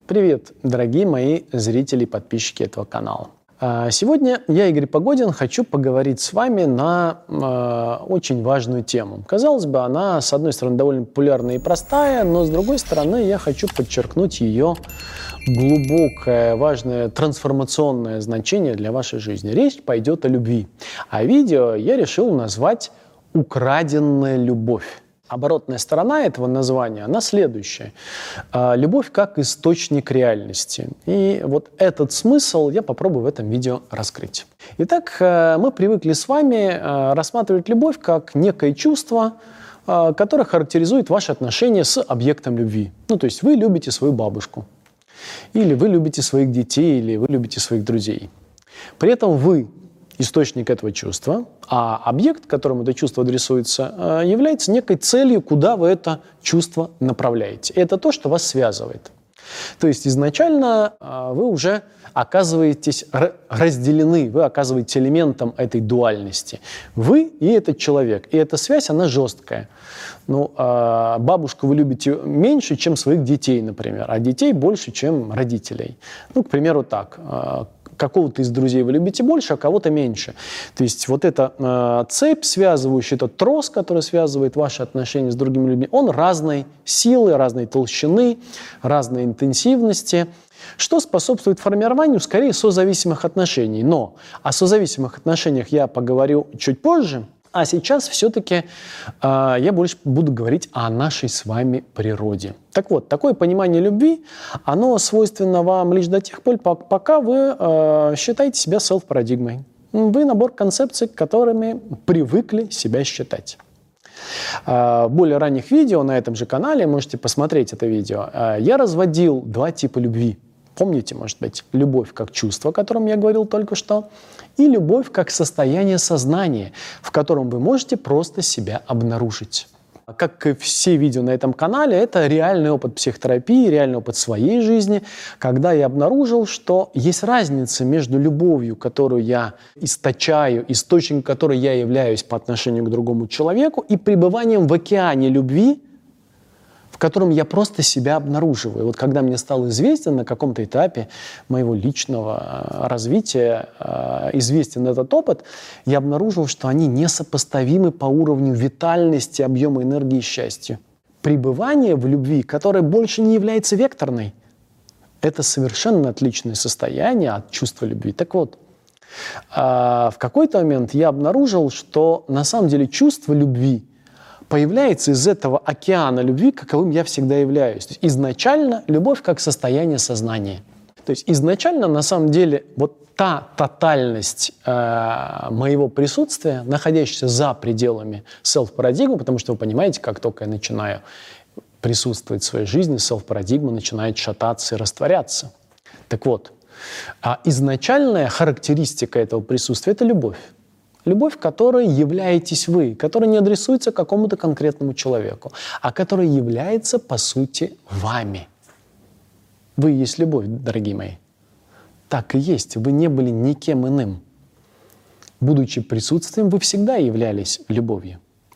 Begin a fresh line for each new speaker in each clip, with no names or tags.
Привет, дорогие мои зрители и подписчики этого канала. Сегодня я, Игорь Погодин, хочу поговорить с вами на очень важную тему. Казалось бы, она, с одной стороны, довольно популярная и простая, но, с другой стороны, я хочу подчеркнуть ее глубокое, важное, трансформационное значение для вашей жизни. Речь пойдет о любви. А видео я решил назвать «Украденная любовь». Оборотная сторона этого названия, она следующая. Любовь как источник реальности. И вот этот смысл я попробую в этом видео раскрыть. Итак, мы привыкли с вами рассматривать любовь как некое чувство, которое характеризует ваши отношения с объектом любви. Ну, то есть вы любите свою бабушку, или вы любите своих детей, или вы любите своих друзей. При этом вы источник этого чувства, а объект, которому это чувство адресуется, является некой целью, куда вы это чувство направляете. И это то, что вас связывает. То есть изначально вы уже оказываетесь разделены, вы оказываетесь элементом этой дуальности. Вы и этот человек. И эта связь, она жесткая. Ну, бабушку вы любите меньше, чем своих детей, например, а детей больше, чем родителей. Ну, к примеру, так. Какого-то из друзей вы любите больше, а кого-то меньше. То есть вот эта цепь связывающая, этот трос, который связывает ваши отношения с другими людьми, он разной силы, разной толщины, разной интенсивности, что способствует формированию, скорее, созависимых отношений. Но о созависимых отношениях я поговорю чуть позже, а сейчас все-таки я больше буду говорить о нашей с вами природе. Так вот, такое понимание любви, оно свойственно вам лишь до тех пор, пока вы считаете себя селф-парадигмой. Вы набор концепций, которыми привыкли себя считать. В более ранних видео на этом же канале, можете посмотреть это видео, я разводил два типа любви. Помните, может быть, любовь как чувство, о котором я говорил только что, и любовь как состояние сознания, в котором вы можете просто себя обнаружить. Как и все видео на этом канале, это реальный опыт психотерапии, реальный опыт своей жизни, когда я обнаружил, что есть разница между любовью, которую я источаю, источником которой я являюсь по отношению к другому человеку, и пребыванием в океане любви, в котором я просто себя обнаруживаю. Вот когда мне стал известен на каком-то этапе моего личного развития, известен этот опыт, я обнаружил, что они несопоставимы по уровню витальности, объема энергии и счастья. Пребывание в любви, которое больше не является векторной, это совершенно отличное состояние от чувства любви. Так вот, в какой-то момент я обнаружил, что на самом деле чувство любви появляется из этого океана любви, каковым я всегда являюсь. То есть изначально любовь как состояние сознания. То есть изначально, на самом деле, вот та тотальность моего присутствия, находящаяся за пределами селф-парадигмы, потому что вы понимаете, как только я начинаю присутствовать в своей жизни, селф-парадигма начинает шататься и растворяться. Так вот, изначальная характеристика этого присутствия – это любовь. Любовь, которой являетесь вы, которая не адресуется какому-то конкретному человеку, а которая является, по сути, вами. Вы есть любовь, дорогие мои. Так и есть. Вы не были никем иным. Будучи присутствием, вы всегда являлись любовью.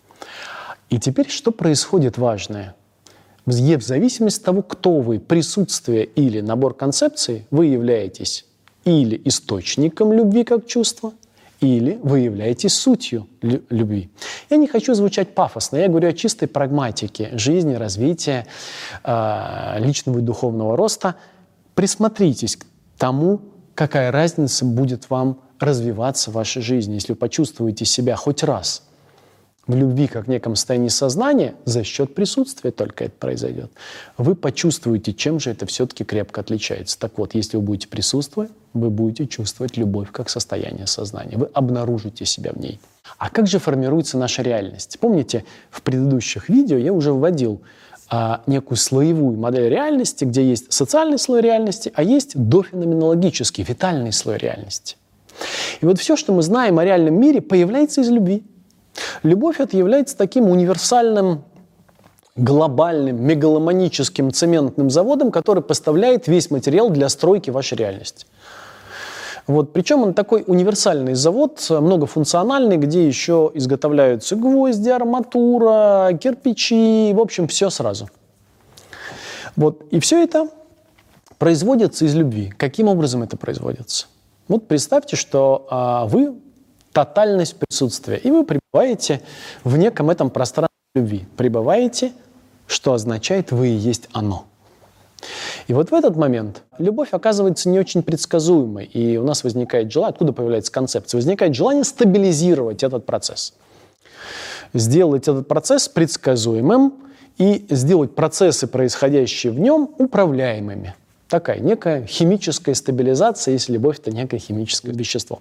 И теперь что происходит важное? В зависимости от того, кто вы, присутствие или набор концепций, вы являетесь или источником любви как чувства, или вы являетесь сутью любви. Я не хочу звучать пафосно, я говорю о чистой прагматике жизни, развития, личного и духовного роста. Присмотритесь к тому, какая разница будет вам развиваться в вашей жизни, если вы почувствуете себя хоть раз в любви как в неком состоянии сознания, за счет присутствия только это произойдет. Вы почувствуете, чем же это все-таки крепко отличается. Так вот, если вы будете присутствовать, вы будете чувствовать любовь как состояние сознания. Вы обнаружите себя в ней. А как же формируется наша реальность? Помните, в предыдущих видео я уже вводил некую слоевую модель реальности, где есть социальный слой реальности, а есть дофеноменологический, витальный слой реальности. И вот все, что мы знаем о реальном мире, появляется из любви. Любовь это является таким универсальным, глобальным, мегаломаническим цементным заводом, который поставляет весь материал для стройки вашей реальности. Вот, причем он такой универсальный завод, многофункциональный, где еще изготовляются гвозди, арматура, кирпичи, в общем, все сразу. Вот, и все это производится из любви. Каким образом это производится? Вот представьте, что вы тотальность присутствия, и вы пребываете в неком этом пространстве любви. Пребываете, что означает «вы и есть оно». И вот в этот момент любовь оказывается не очень предсказуемой, и у нас возникает желание, откуда появляется концепция? Возникает желание стабилизировать этот процесс. Сделать этот процесс предсказуемым и сделать процессы, происходящие в нем, управляемыми. Такая некая химическая стабилизация, если любовь – это некое химическое вещество.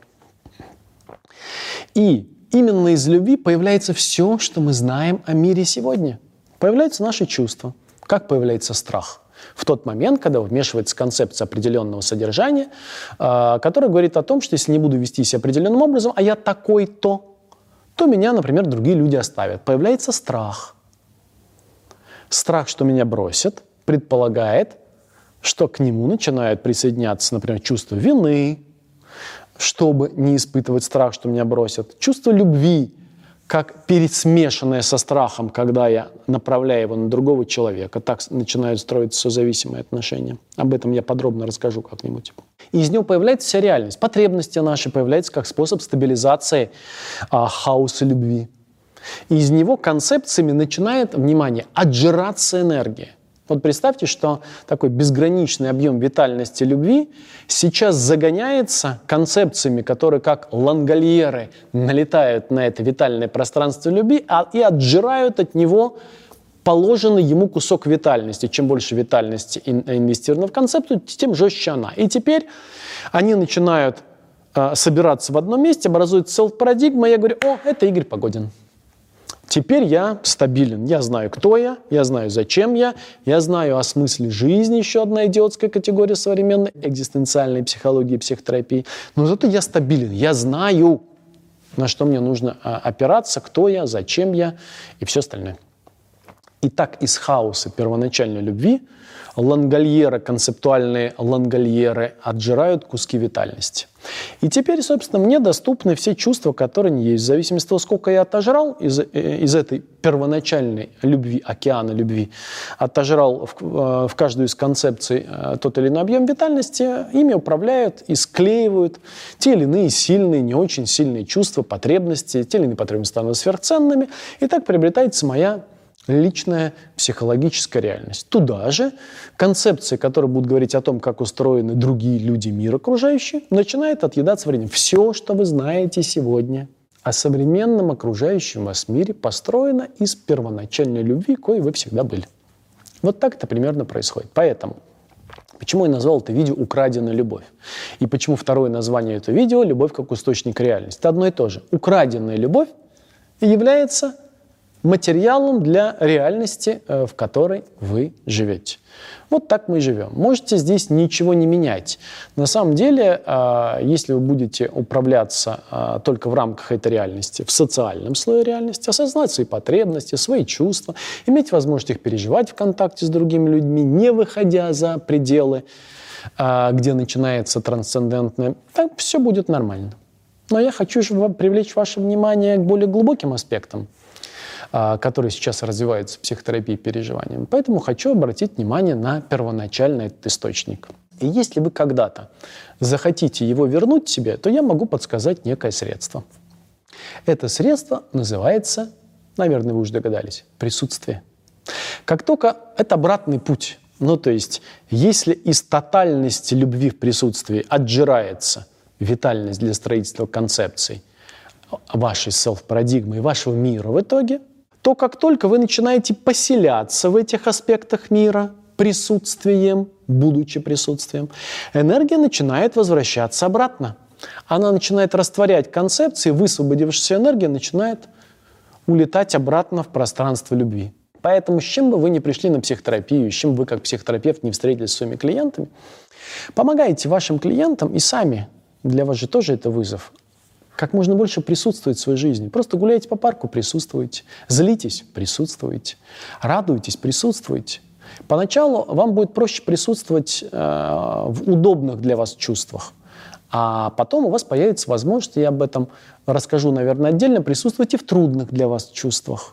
И именно из любви появляется все, что мы знаем о мире сегодня. Появляются наши чувства. Как появляется страх? В тот момент, когда вмешивается концепция определенного содержания, которая говорит о том, что если не буду вести себя определенным образом, а я такой-то, то меня, например, другие люди оставят. Появляется страх. Страх, что меня бросят, предполагает, что к нему начинают присоединяться, например, чувство вины, чтобы не испытывать страх, что меня бросят. Чувство любви, как пересмешанное со страхом, когда я направляю его на другого человека. Так начинают строиться созависимые отношения. Об этом я подробно расскажу как-нибудь. И из него появляется вся реальность. Потребности наши появляются как способ стабилизации хаоса любви. И из него концепциями начинает, внимание, отжираться энергия. Вот представьте, что такой безграничный объем витальности любви сейчас загоняется концепциями, которые как лангольеры налетают на это витальное пространство любви и отжирают от него положенный ему кусок витальности. Чем больше витальности инвестировано в концепцию, тем жестче она. И теперь они начинают собираться в одном месте, образуется селф-парадигма, и я говорю: о, это Игорь Погодин. Теперь я стабилен, я знаю, кто я знаю, зачем я знаю о смысле жизни, еще одна идиотская категория современной экзистенциальной психологии и психотерапии. Но зато я стабилен, я знаю, на что мне нужно опираться, кто я, зачем я и все остальное. И так из хаоса первоначальной любви лангольеры, концептуальные лангольеры отжирают куски витальности. И теперь, собственно, мне доступны все чувства, которые есть. В зависимости от того, сколько я отожрал из этой первоначальной любви, океана любви, отожрал в каждую из концепций тот или иной объем витальности, ими управляют и склеивают те или иные сильные, не очень сильные чувства, потребности, те или иные потребности становятся сверхценными, и так приобретается моя личная психологическая реальность. Туда же концепции, которые будут говорить о том, как устроены другие люди, мир окружающий, начинает отъедаться временем. Все, что вы знаете сегодня о современном окружающем вас мире, построено из первоначальной любви, коей вы всегда были. Вот так это примерно происходит. Поэтому, почему я назвал это видео «Украденная любовь»? И почему второе название этого видео «Любовь как источник реальности»? Это одно и то же. Украденная любовь является материалом для реальности, в которой вы живете. Вот так мы и живем. Можете здесь ничего не менять. На самом деле, если вы будете управляться только в рамках этой реальности, в социальном слое реальности, осознать свои потребности, свои чувства, иметь возможность их переживать в контакте с другими людьми, не выходя за пределы, где начинается трансцендентное, так все будет нормально. Но я хочу же привлечь ваше внимание к более глубоким аспектам, которые сейчас развиваются в психотерапии переживанием. Поэтому хочу обратить внимание на первоначальный этот источник. И если вы когда-то захотите его вернуть себе, то я могу подсказать некое средство. Это средство называется, наверное, вы уже догадались, присутствие. Как только это обратный путь, ну то есть если из тотальности любви в присутствии отжирается витальность для строительства концепций вашей селф-парадигмы и вашего мира в итоге, то как только вы начинаете поселяться в этих аспектах мира присутствием, будучи присутствием, энергия начинает возвращаться обратно. Она начинает растворять концепции, высвободившаяся энергия начинает улетать обратно в пространство любви. Поэтому с чем бы вы ни пришли на психотерапию, с чем вы как психотерапевт не встретились с своими клиентами, помогайте вашим клиентам и сами, для вас же тоже это вызов, как можно больше присутствовать в своей жизни. Просто гуляйте по парку, присутствуйте. Злитесь, присутствуйте. Радуйтесь, присутствуйте. Поначалу вам будет проще присутствовать в удобных для вас чувствах. А потом у вас появится возможность, я об этом расскажу, наверное, отдельно, присутствовать и в трудных для вас чувствах.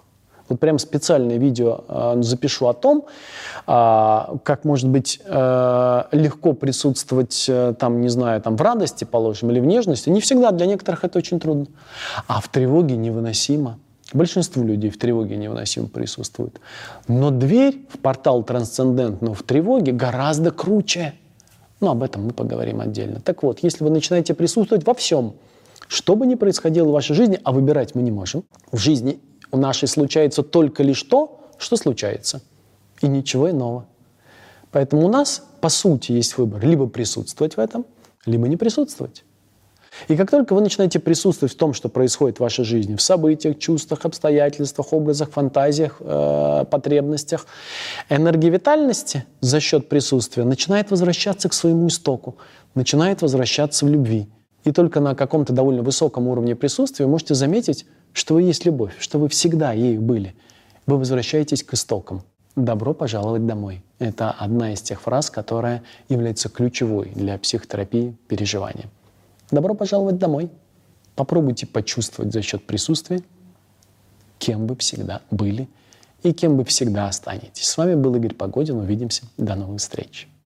Вот прям специальное видео запишу о том, как, может быть, легко присутствовать, там, не знаю, там, в радости, положим, или в нежности. Не всегда, для некоторых это очень трудно. А в тревоге невыносимо. Большинству людей в тревоге невыносимо присутствует. Но дверь в портал трансцендентного в тревоге гораздо круче. Но об этом мы поговорим отдельно. Так вот, если вы начинаете присутствовать во всем, что бы ни происходило в вашей жизни, а выбирать мы не можем, в жизни у нашей случается только лишь то, что случается, и ничего иного. Поэтому у нас, по сути, есть выбор либо присутствовать в этом, либо не присутствовать. И как только вы начинаете присутствовать в том, что происходит в вашей жизни, в событиях, чувствах, обстоятельствах, образах, фантазиях, потребностях, энергия витальности за счет присутствия начинает возвращаться к своему истоку, начинает возвращаться в любви. И только на каком-то довольно высоком уровне присутствия вы можете заметить, что вы есть любовь, что вы всегда ею были. Вы возвращаетесь к истокам. «Добро пожаловать домой» — это одна из тех фраз, которая является ключевой для психотерапии переживания. Добро пожаловать домой. Попробуйте почувствовать за счет присутствия, кем вы всегда были и кем вы всегда останетесь. С вами был Игорь Погодин. Увидимся. До новых встреч.